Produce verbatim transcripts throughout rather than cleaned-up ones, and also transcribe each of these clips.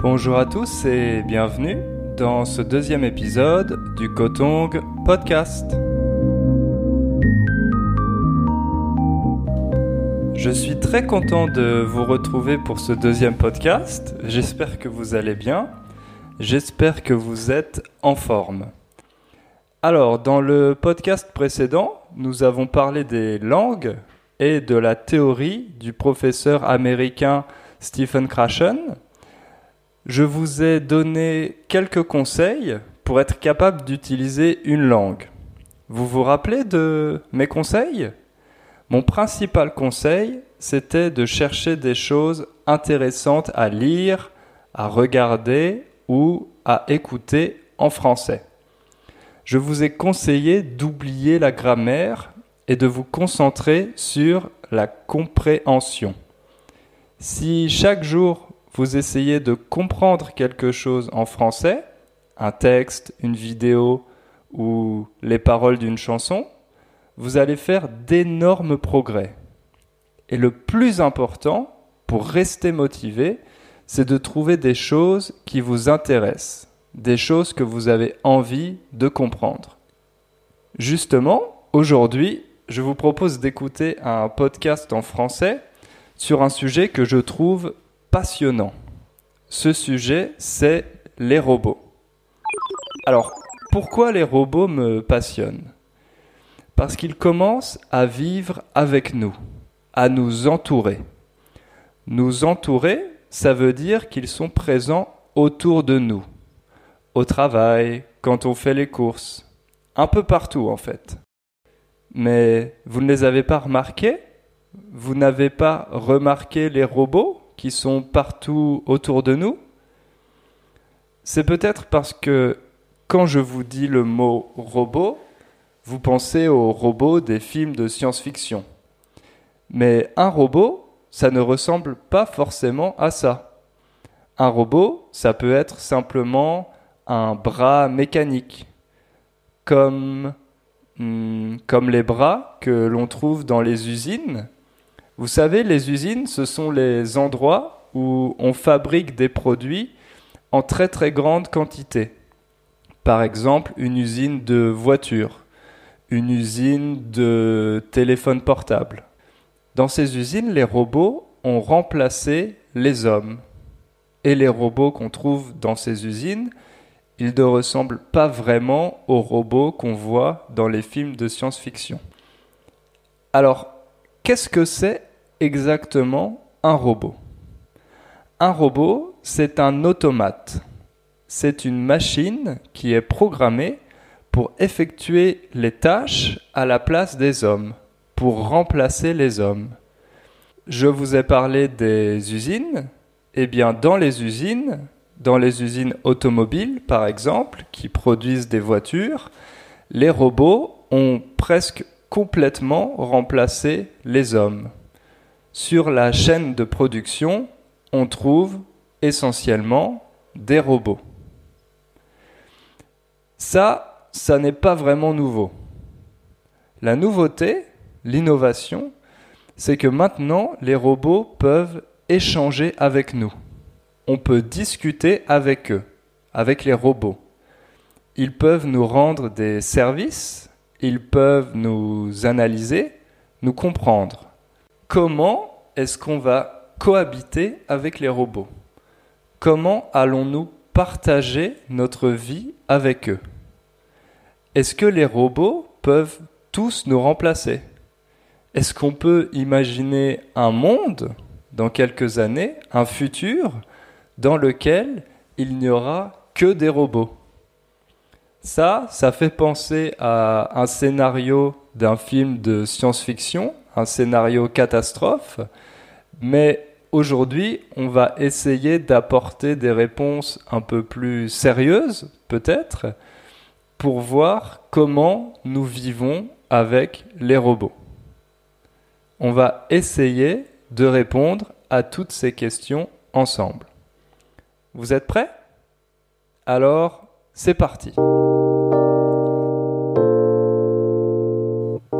Bonjour à tous et bienvenue dans ce deuxième épisode du Kotong Podcast. Je suis très content de vous retrouver pour ce deuxième podcast. J'espère que vous allez bien. J'espère que vous êtes en forme. Alors, dans le podcast précédent, nous avons parlé des langues et de la théorie du professeur américain Stephen Krashen. Je vous ai donné quelques conseils pour être capable d'utiliser une langue. Vous vous rappelez de mes conseils ? Mon principal conseil, c'était de chercher des choses intéressantes à lire, à regarder ou à écouter en français. Je vous ai conseillé d'oublier la grammaire et de vous concentrer sur la compréhension. Si chaque jour, vous essayez de comprendre quelque chose en français, un texte, une vidéo ou les paroles d'une chanson, vous allez faire d'énormes progrès. Et le plus important, pour rester motivé, c'est de trouver des choses qui vous intéressent, des choses que vous avez envie de comprendre. Justement, aujourd'hui, je vous propose d'écouter un podcast en français sur un sujet que je trouve passionnant. Ce sujet, c'est les robots. Alors, pourquoi les robots me passionnent ? Parce qu'ils commencent à vivre avec nous, à nous entourer. Nous entourer, ça veut dire qu'ils sont présents autour de nous, au travail, quand on fait les courses, un peu partout en fait. Mais vous ne les avez pas remarqués ? Vous n'avez pas remarqué les robots qui sont partout autour de nous ? C'est peut-être parce que quand je vous dis le mot robot, vous pensez aux robots des films de science-fiction. Mais un robot, ça ne ressemble pas forcément à ça. Un robot, ça peut être simplement un bras mécanique, comme, hmm, comme les bras que l'on trouve dans les usines. Vous savez, les usines, ce sont les endroits où on fabrique des produits en très très grande quantité. Par exemple, une usine de voitures, une usine de téléphones portables. Dans ces usines, les robots ont remplacé les hommes. Et les robots qu'on trouve dans ces usines, ils ne ressemblent pas vraiment aux robots qu'on voit dans les films de science-fiction. Alors, qu'est-ce que c'est exactement un robot ? Un robot, c'est un automate. C'est une machine qui est programmée pour effectuer les tâches à la place des hommes, pour remplacer les hommes. Je vous ai parlé des usines. Eh bien, dans les usines, dans les usines automobiles, par exemple, qui produisent des voitures, les robots ont presque complètement remplacé les hommes. Sur la chaîne de production, on trouve essentiellement des robots. Ça, ça n'est pas vraiment nouveau. La nouveauté, l'innovation, c'est que maintenant, les robots peuvent échanger avec nous. On peut discuter avec eux, avec les robots. Ils peuvent nous rendre des services, ils peuvent nous analyser, nous comprendre. Comment est-ce qu'on va cohabiter avec les robots ? Comment allons-nous partager notre vie avec eux ? Est-ce que les robots peuvent tous nous remplacer ? Est-ce qu'on peut imaginer un monde, dans quelques années, un futur, dans lequel il n'y aura que des robots ? Ça, ça fait penser à un scénario d'un film de science-fiction, un scénario catastrophe, mais aujourd'hui, on va essayer d'apporter des réponses un peu plus sérieuses, peut-être, pour voir comment nous vivons avec les robots. On va essayer de répondre à toutes ces questions ensemble. Vous êtes prêts ? Alors, c'est parti.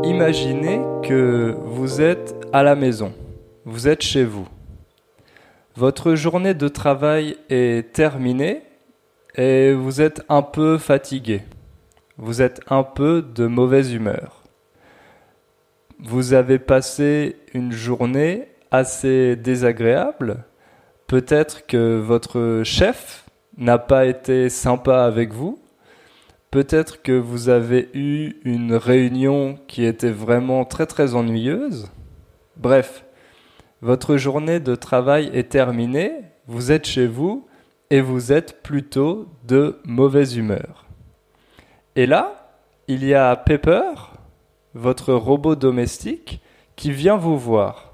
Imaginez que vous êtes à la maison, vous êtes chez vous. Votre journée de travail est terminée et vous êtes un peu fatigué. Vous êtes un peu de mauvaise humeur. Vous avez passé une journée assez désagréable. Peut-être que votre chef n'a pas été sympa avec vous. Peut-être que vous avez eu une réunion qui était vraiment très très ennuyeuse. Bref, votre journée de travail est terminée, vous êtes chez vous et vous êtes plutôt de mauvaise humeur. Et là, il y a Pepper, votre robot domestique, qui vient vous voir.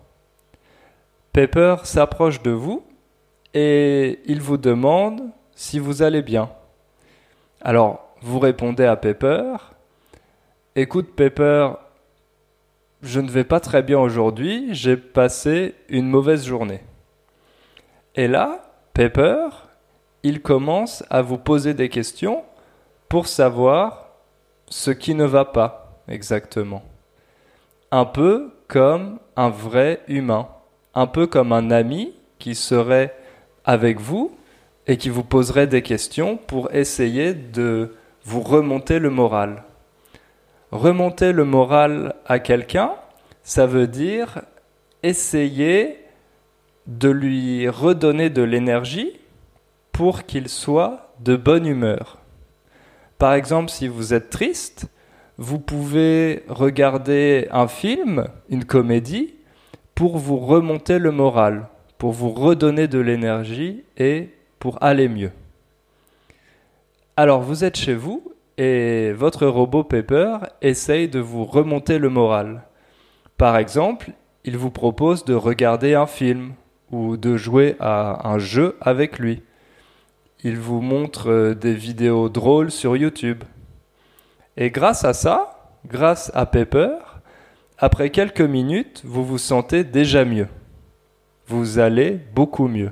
Pepper s'approche de vous et il vous demande si vous allez bien. Alors, vous répondez à Pepper, « Écoute Pepper, je ne vais pas très bien aujourd'hui, j'ai passé une mauvaise journée. » Et là, Pepper, il commence à vous poser des questions pour savoir ce qui ne va pas exactement. Un peu comme un vrai humain, un peu comme un ami qui serait avec vous et qui vous poserait des questions pour essayer de vous remonter le moral. Remonter le moral à quelqu'un, ça veut dire essayer de lui redonner de l'énergie pour qu'il soit de bonne humeur. Par exemple, si vous êtes triste, vous pouvez regarder un film, une comédie, pour vous remonter le moral, pour vous redonner de l'énergie et pour aller mieux. Alors, vous êtes chez vous et votre robot Pepper essaye de vous remonter le moral. Par exemple, il vous propose de regarder un film ou de jouer à un jeu avec lui. Il vous montre des vidéos drôles sur YouTube. Et grâce à ça, grâce à Pepper, après quelques minutes, vous vous sentez déjà mieux. Vous allez beaucoup mieux.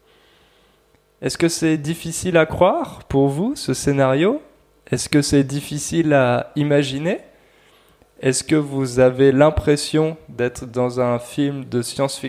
Est-ce que c'est difficile à croire pour vous, ce scénario ? Est-ce que c'est difficile à imaginer ? Est-ce que vous avez l'impression d'être dans un film de science-fiction ?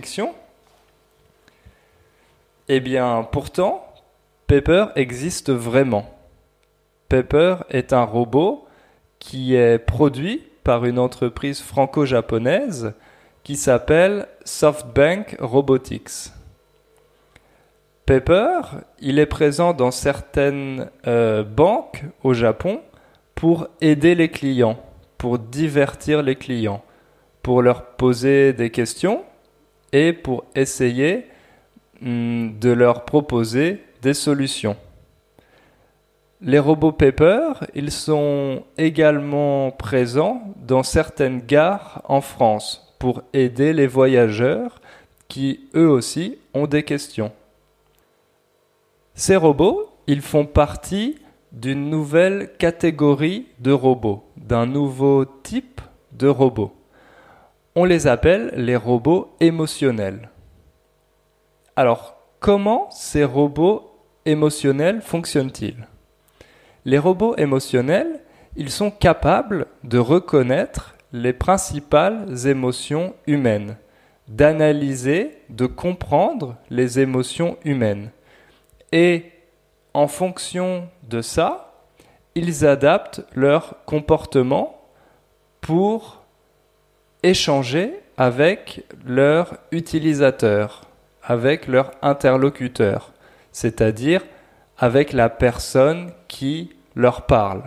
Eh bien, pourtant, Pepper existe vraiment. Pepper est un robot qui est produit par une entreprise franco-japonaise qui s'appelle SoftBank Robotics. Pepper, il est présent dans certaines euh, banques au Japon pour aider les clients, pour divertir les clients, pour leur poser des questions et pour essayer hum, de leur proposer des solutions. Les robots Pepper, ils sont également présents dans certaines gares en France pour aider les voyageurs qui, eux aussi, ont des questions. Ces robots, ils font partie d'une nouvelle catégorie de robots, d'un nouveau type de robots. On les appelle les robots émotionnels. Alors, comment ces robots émotionnels fonctionnent-ils ? Les robots émotionnels, ils sont capables de reconnaître les principales émotions humaines, d'analyser, de comprendre les émotions humaines. Et en fonction de ça, ils adaptent leur comportement pour échanger avec leur utilisateur, avec leur interlocuteur, c'est-à-dire avec la personne qui leur parle.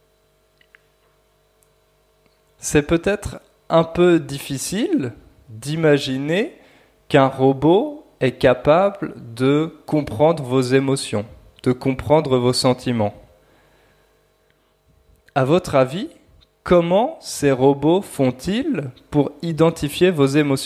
C'est peut-être un peu difficile d'imaginer qu'un robot est capable de comprendre vos émotions, de comprendre vos sentiments. À votre avis, comment ces robots font-ils pour identifier vos émotions ?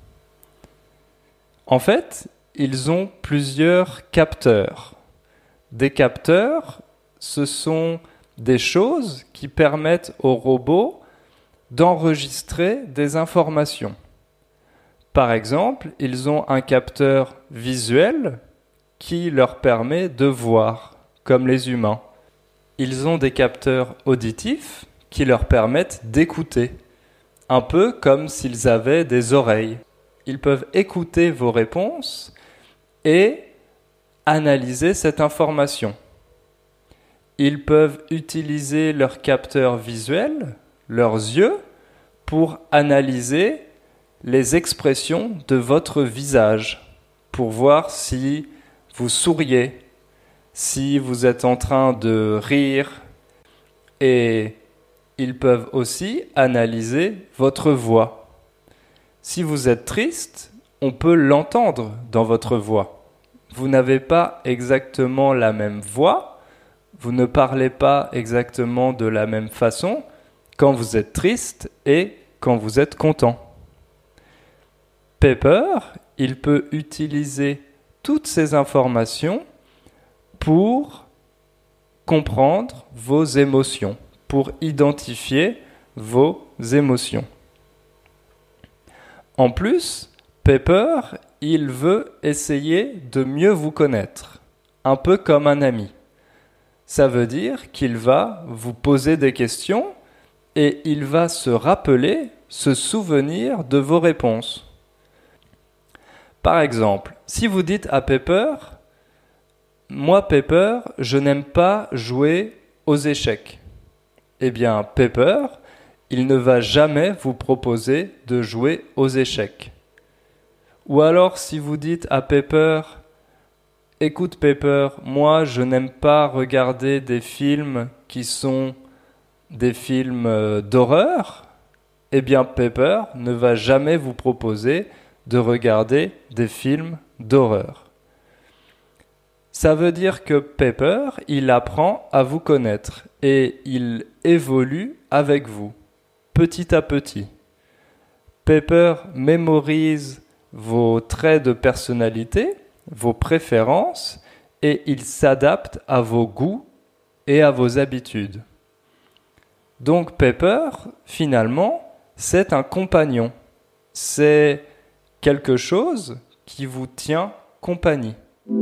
En fait, ils ont plusieurs capteurs. Des capteurs, ce sont des choses qui permettent aux robots d'enregistrer des informations. Par exemple, ils ont un capteur visuel qui leur permet de voir, comme les humains. Ils ont des capteurs auditifs qui leur permettent d'écouter, un peu comme s'ils avaient des oreilles. Ils peuvent écouter vos réponses et analyser cette information. Ils peuvent utiliser leurs capteurs visuels, leurs yeux, pour analyser les expressions de votre visage, pour voir si vous souriez, si vous êtes en train de rire, et ils peuvent aussi analyser votre voix. Si vous êtes triste, on peut l'entendre dans votre voix. Vous n'avez pas exactement la même voix, vous ne parlez pas exactement de la même façon quand vous êtes triste et quand vous êtes content. Pepper, il peut utiliser toutes ces informations pour comprendre vos émotions, pour identifier vos émotions. En plus, Pepper, il veut essayer de mieux vous connaître, un peu comme un ami. Ça veut dire qu'il va vous poser des questions et il va se rappeler, se souvenir de vos réponses. Par exemple, si vous dites à Pepper « Moi, Pepper, je n'aime pas jouer aux échecs », eh bien, Pepper, il ne va jamais vous proposer de jouer aux échecs. Ou alors, si vous dites à Pepper « Écoute Pepper, moi, je n'aime pas regarder des films qui sont des films d'horreur », eh bien, Pepper ne va jamais vous proposer de regarder des films d'horreur. Ça veut dire que Pepper, il apprend à vous connaître et il évolue avec vous, petit à petit. Pepper mémorise vos traits de personnalité, vos préférences, et il s'adapte à vos goûts et à vos habitudes. Donc Pepper, finalement, c'est un compagnon. C'est quelque chose qui vous tient compagnie.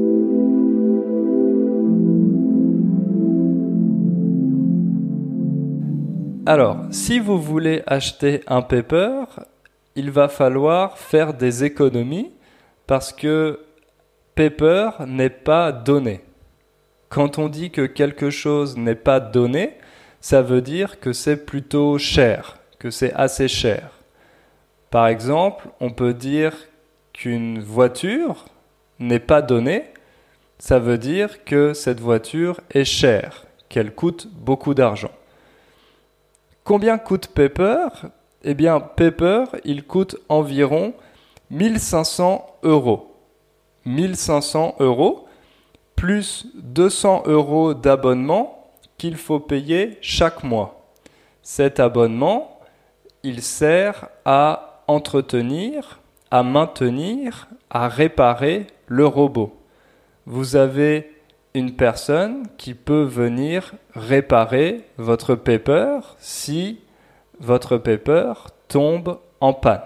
Alors, si vous voulez acheter un Pepper, il va falloir faire des économies parce que Pepper n'est pas donné. Quand on dit que quelque chose n'est pas donné, ça veut dire que c'est plutôt cher, que c'est assez cher. Par exemple, on peut dire qu'une voiture n'est pas donnée, ça veut dire que cette voiture est chère, qu'elle coûte beaucoup d'argent. Combien coûte Pepper ? Eh bien, Pepper, il coûte environ mille cinq cents euros. mille cinq cents euros, plus deux cents euros d'abonnement qu'il faut payer chaque mois. Cet abonnement, il sert à entretenir, à maintenir, à réparer le robot. Vous avez une personne qui peut venir réparer votre Pepper si votre Pepper tombe en panne.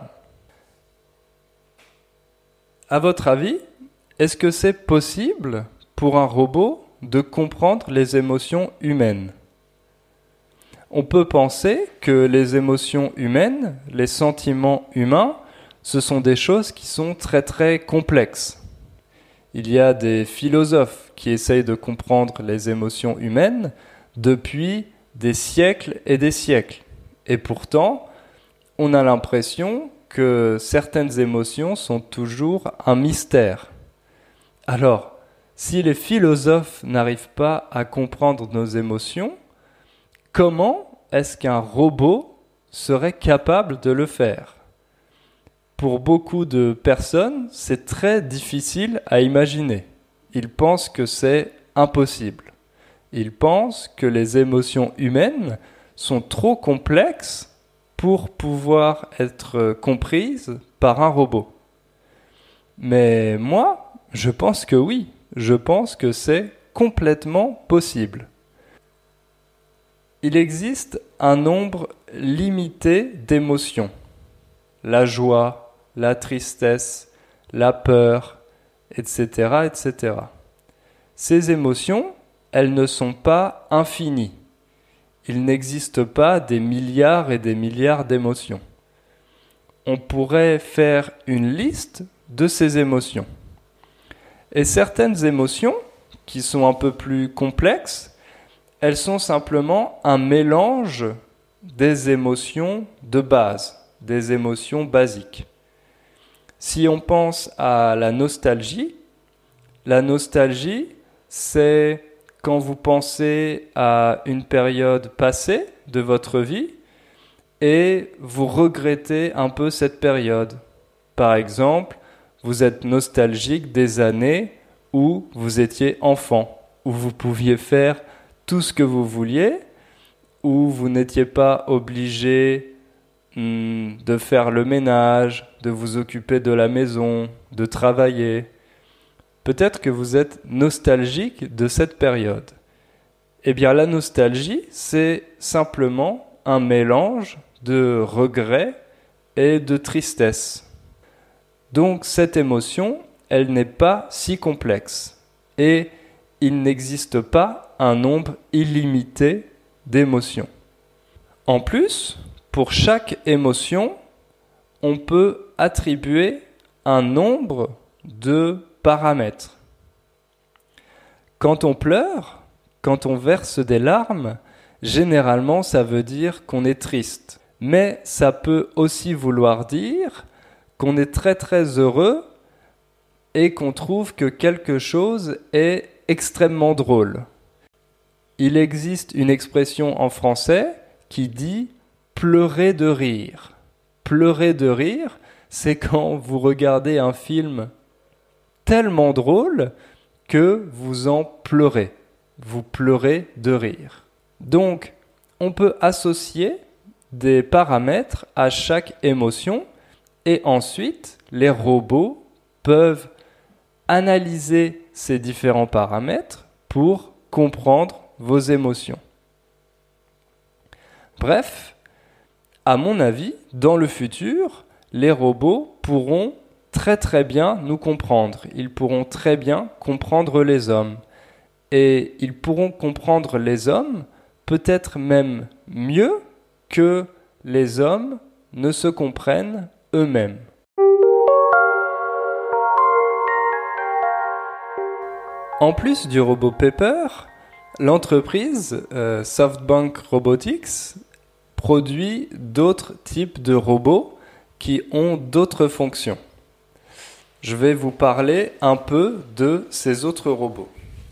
À votre avis, est-ce que c'est possible pour un robot de comprendre les émotions humaines ? On peut penser que les émotions humaines, les sentiments humains, ce sont des choses qui sont très très complexes. Il y a des philosophes qui essayent de comprendre les émotions humaines depuis des siècles et des siècles. Et pourtant, on a l'impression que certaines émotions sont toujours un mystère. Alors, si les philosophes n'arrivent pas à comprendre nos émotions, comment est-ce qu'un robot serait capable de le faire ? Pour beaucoup de personnes, c'est très difficile à imaginer. Ils pensent que c'est impossible. Ils pensent que les émotions humaines sont trop complexes pour pouvoir être comprises par un robot. Mais moi, je pense que oui. Je pense que c'est complètement possible. Il existe un nombre limité d'émotions. La joie, la tristesse, la peur, et cetera, et cetera. Ces émotions, elles ne sont pas infinies. Il n'existe pas des milliards et des milliards d'émotions. On pourrait faire une liste de ces émotions. Et certaines émotions, qui sont un peu plus complexes, elles sont simplement un mélange des émotions de base, des émotions basiques. Si on pense à la nostalgie, la nostalgie, c'est quand vous pensez à une période passée de votre vie et vous regrettez un peu cette période. Par exemple, vous êtes nostalgique des années où vous étiez enfant, où vous pouviez faire tout ce que vous vouliez, où vous n'étiez pas obligé hum, de faire le ménage, de vous occuper de la maison, de travailler. Peut-être que vous êtes nostalgique de cette période. Eh bien, la nostalgie, c'est simplement un mélange de regret et de tristesse. Donc, cette émotion, elle n'est pas si complexe. Et il n'existe pas un nombre illimité d'émotions. En plus, pour chaque émotion, on peut attribuer un nombre de paramètres. Quand on pleure, quand on verse des larmes, généralement ça veut dire qu'on est triste. Mais ça peut aussi vouloir dire qu'on est très très heureux et qu'on trouve que quelque chose est extrêmement drôle. Il existe une expression en français qui dit « pleurer de rire ». Pleurer de rire, c'est quand vous regardez un film tellement drôle que vous en pleurez. Vous pleurez de rire. Donc, on peut associer des paramètres à chaque émotion et ensuite, les robots peuvent analyser ces différents paramètres pour comprendre vos émotions. Bref, à mon avis, dans le futur, les robots pourront très très bien nous comprendre. Ils pourront très bien comprendre les hommes. Et ils pourront comprendre les hommes peut-être même mieux que les hommes ne se comprennent eux-mêmes. En plus du robot Pepper, l'entreprise euh, SoftBank Robotics produit d'autres types de robots qui ont d'autres fonctions. Je vais vous parler un peu de ces autres robots.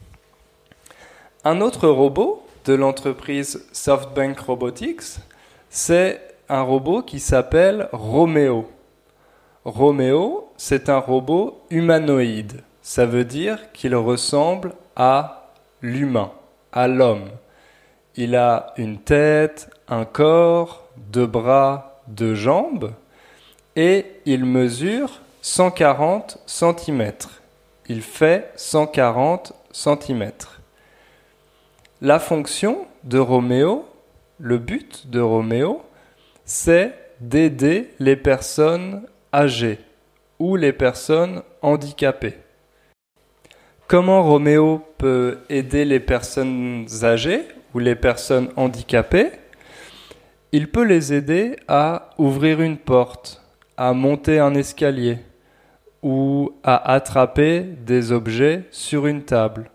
Un autre robot de l'entreprise SoftBank Robotics, c'est un robot qui s'appelle Romeo. Romeo, c'est un robot humanoïde. Ça veut dire qu'il ressemble à l'humain, à l'homme. Il a une tête, un corps, deux bras, deux jambes et il mesure cent quarante centimètres. Il fait cent quarante centimètres. La fonction de Romeo, le but de Romeo, c'est d'aider les personnes âgées ou les personnes handicapées. Comment Romeo peut aider les personnes âgées ou les personnes handicapées? Il peut les aider à ouvrir une porte, à monter un escalier ou à attraper des objets sur une table.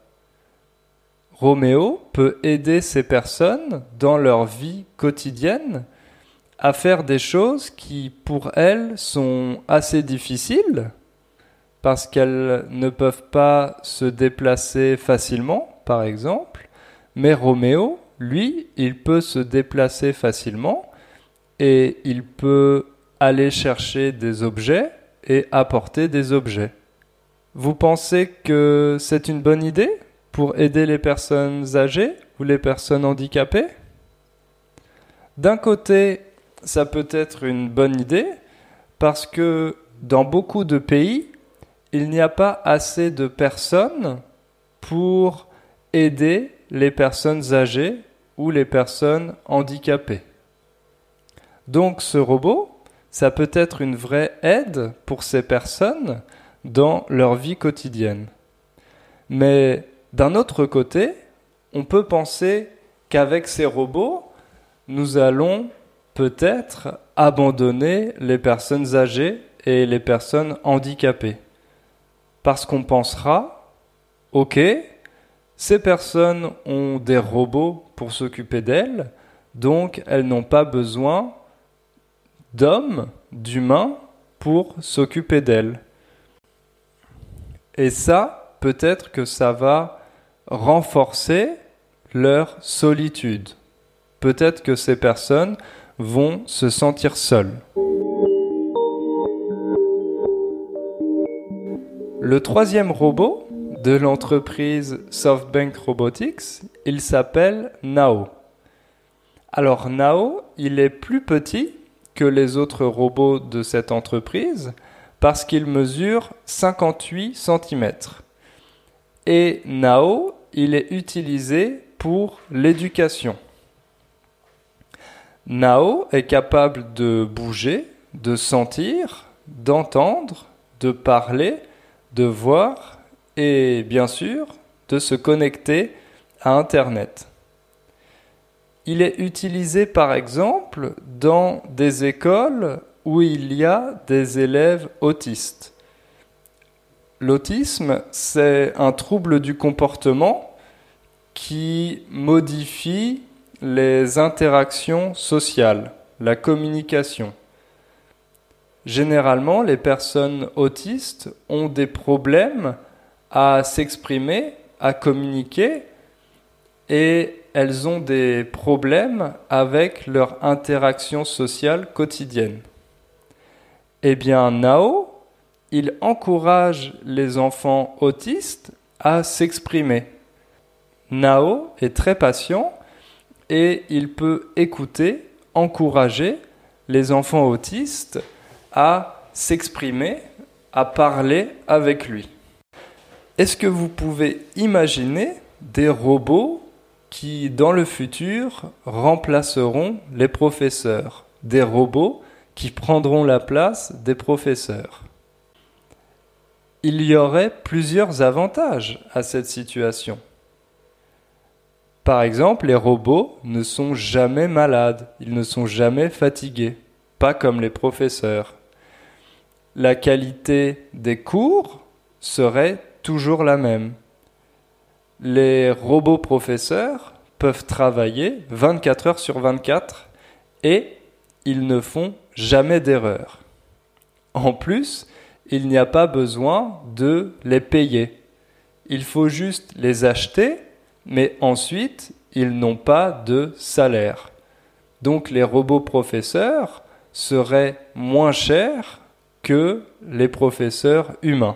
Romeo peut aider ces personnes dans leur vie quotidienne à faire des choses qui, pour elles, sont assez difficiles parce qu'elles ne peuvent pas se déplacer facilement, par exemple. Mais Romeo, lui, il peut se déplacer facilement et il peut aller chercher des objets et apporter des objets. Vous pensez que c'est une bonne idée pour aider les personnes âgées ou les personnes handicapées? D'un côté, ça peut être une bonne idée parce que dans beaucoup de pays, il n'y a pas assez de personnes pour aider les personnes âgées ou les personnes handicapées. Donc ce robot, ça peut être une vraie aide pour ces personnes dans leur vie quotidienne. Mais d'un autre côté, on peut penser qu'avec ces robots, nous allons peut-être abandonner les personnes âgées et les personnes handicapées. Parce qu'on pensera Ok, ces personnes ont des robots pour s'occuper d'elles, donc elles n'ont pas besoin d'hommes, d'humains, pour s'occuper d'elles. Et ça, peut-être que ça va renforcer leur solitude. Peut-être que ces personnes vont se sentir seules. Le troisième robot de l'entreprise SoftBank Robotics, il s'appelle Nao. Alors Nao, il est plus petit que les autres robots de cette entreprise parce qu'il mesure cinquante-huit centimètres. Et Nao, il est utilisé pour l'éducation. Nao est capable de bouger, de sentir, d'entendre, de parler, de voir et bien sûr de se connecter à Internet. Il est utilisé par exemple dans des écoles où il y a des élèves autistes. L'autisme, c'est un trouble du comportement qui modifie les interactions sociales, la communication. Généralement, les personnes autistes ont des problèmes à s'exprimer, à communiquer, et elles ont des problèmes avec leur interaction sociale quotidienne. Eh bien, Nao, il encourage les enfants autistes à s'exprimer. Nao est très patient et il peut écouter, encourager les enfants autistes à s'exprimer, à parler avec lui. Est-ce que vous pouvez imaginer des robots qui, dans le futur, remplaceront les professeurs, des robots qui prendront la place des professeurs? Il y aurait plusieurs avantages à cette situation. Par exemple, les robots ne sont jamais malades, ils ne sont jamais fatigués, pas comme les professeurs. La qualité des cours serait toujours la même. Les robots professeurs peuvent travailler vingt-quatre heures sur vingt-quatre et ils ne font jamais d'erreur. En plus, il n'y a pas besoin de les payer. Il faut juste les acheter, mais ensuite, ils n'ont pas de salaire. Donc les robots professeurs seraient moins chers que les professeurs humains.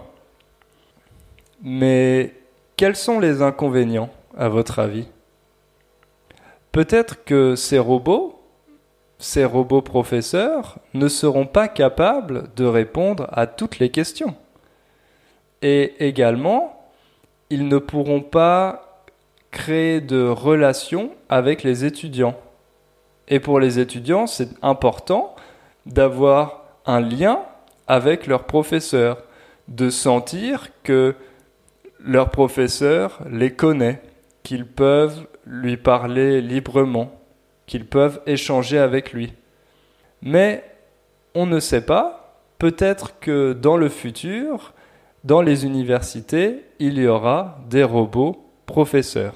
Mais quels sont les inconvénients, à votre avis? Peut-être que ces robots, ces robots professeurs, ne seront pas capables de répondre à toutes les questions. Et également, ils ne pourront pas créer de relations avec les étudiants. Et pour les étudiants, c'est important d'avoir un lien avec leur professeur, de sentir que leur professeur les connaît, qu'ils peuvent lui parler librement, qu'ils peuvent échanger avec lui. Mais on ne sait pas, peut-être que dans le futur, dans les universités, il y aura des robots professeurs.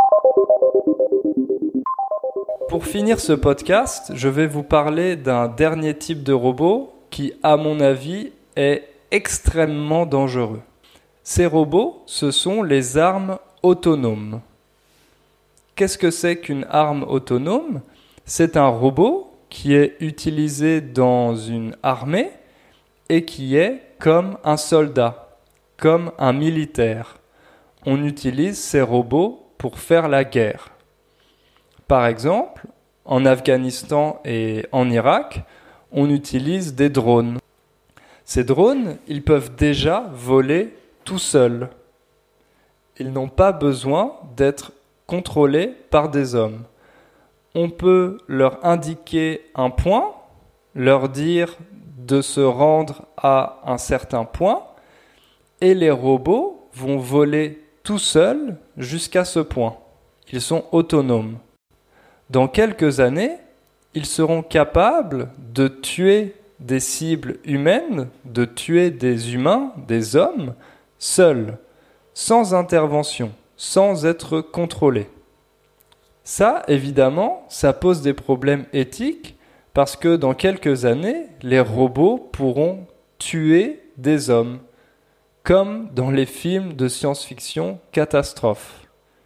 Pour finir ce podcast, je vais vous parler d'un dernier type de robot qui, à mon avis, est extrêmement dangereux. Ces robots, ce sont les armes autonomes. Qu'est-ce que c'est qu'une arme autonome? C'est un robot qui est utilisé dans une armée et qui est comme un soldat, comme un militaire. On utilise ces robots pour faire la guerre. Par exemple, en Afghanistan et en Irak, on utilise des drones. Ces drones, ils peuvent déjà voler tout seuls. Ils n'ont pas besoin d'être contrôlés par des hommes. On peut leur indiquer un point, leur dire de se rendre à un certain point, et les robots vont voler tout seuls jusqu'à ce point. Ils sont autonomes. Dans quelques années, ils seront capables de tuer des cibles humaines, de tuer des humains, des hommes, seuls, sans intervention, sans être contrôlés. Ça, évidemment, ça pose des problèmes éthiques parce que dans quelques années, les robots pourront tuer des hommes, comme dans les films de science-fiction catastrophes.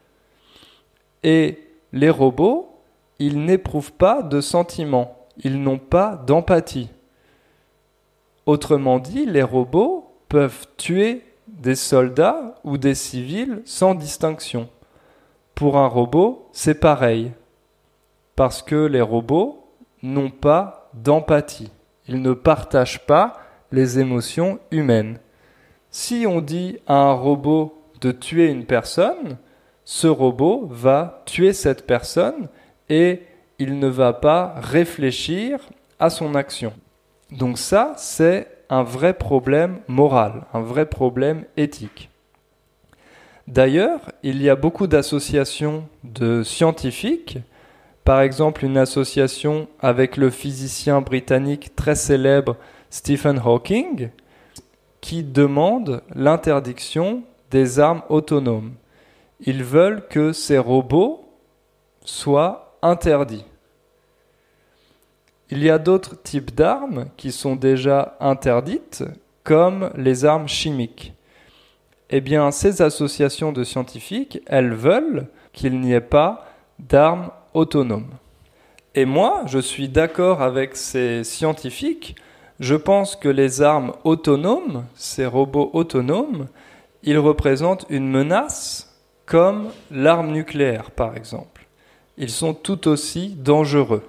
Et les robots, ils n'éprouvent pas de sentiments, ils n'ont pas d'empathie. Autrement dit, les robots peuvent tuer des soldats ou des civils sans distinction. Pour un robot, c'est pareil, parce que les robots n'ont pas d'empathie. Ils ne partagent pas les émotions humaines. Si on dit à un robot de tuer une personne, ce robot va tuer cette personne et il ne va pas réfléchir à son action. Donc ça, c'est un vrai problème moral, un vrai problème éthique. D'ailleurs, il y a beaucoup d'associations de scientifiques, par exemple une association avec le physicien britannique très célèbre Stephen Hawking, qui demande l'interdiction des armes autonomes. Ils veulent que ces robots soient interdits. Il y a d'autres types d'armes qui sont déjà interdites, comme les armes chimiques. Eh bien, ces associations de scientifiques, elles veulent qu'il n'y ait pas d'armes autonomes. Et moi, je suis d'accord avec ces scientifiques. Je pense que les armes autonomes, ces robots autonomes, ils représentent une menace comme l'arme nucléaire, par exemple. Ils sont tout aussi dangereux.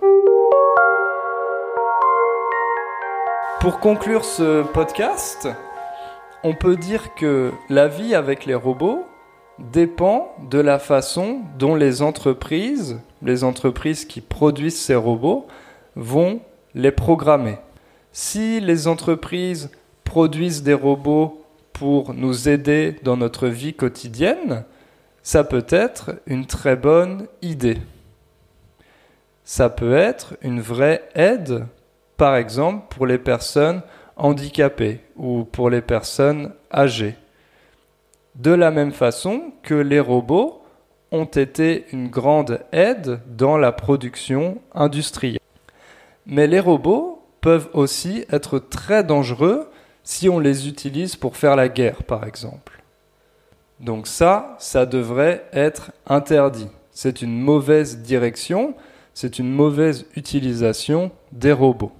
Pour conclure ce podcast, on peut dire que la vie avec les robots dépend de la façon dont les entreprises, les entreprises qui produisent ces robots, vont les programmer. Si les entreprises produisent des robots pour nous aider dans notre vie quotidienne, ça peut être une très bonne idée. Ça peut être une vraie aide, par exemple pour les personnes handicapées ou pour les personnes âgées. De la même façon que les robots ont été une grande aide dans la production industrielle. Mais les robots peuvent aussi être très dangereux si on les utilise pour faire la guerre, par exemple. Donc ça, ça devrait être interdit. C'est une mauvaise direction, c'est une mauvaise utilisation des robots.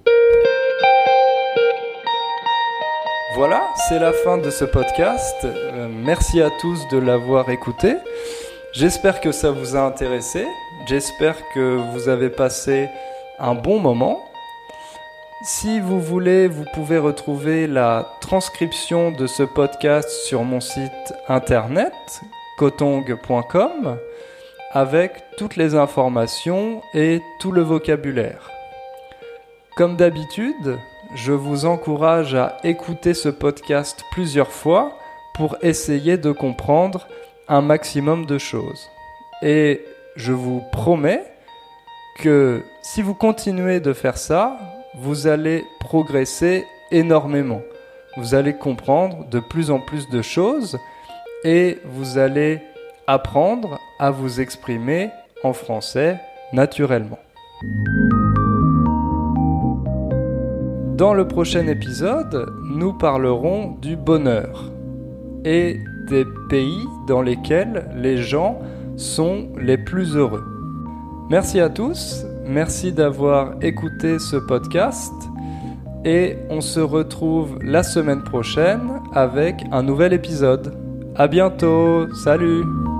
Voilà, c'est la fin de ce podcast. Euh, merci à tous de l'avoir écouté. J'espère que ça vous a intéressé. J'espère que vous avez passé un bon moment. Si vous voulez, vous pouvez retrouver la transcription de ce podcast sur mon site internet kotong point com avec toutes les informations et tout le vocabulaire. Comme d'habitude, je vous encourage à écouter ce podcast plusieurs fois pour essayer de comprendre un maximum de choses. Et je vous promets que si vous continuez de faire ça, vous allez progresser énormément. Vous allez comprendre de plus en plus de choses et vous allez apprendre à vous exprimer en français naturellement. Dans le prochain épisode, nous parlerons du bonheur et des pays dans lesquels les gens sont les plus heureux. Merci à tous, merci d'avoir écouté ce podcast et on se retrouve la semaine prochaine avec un nouvel épisode. À bientôt, salut!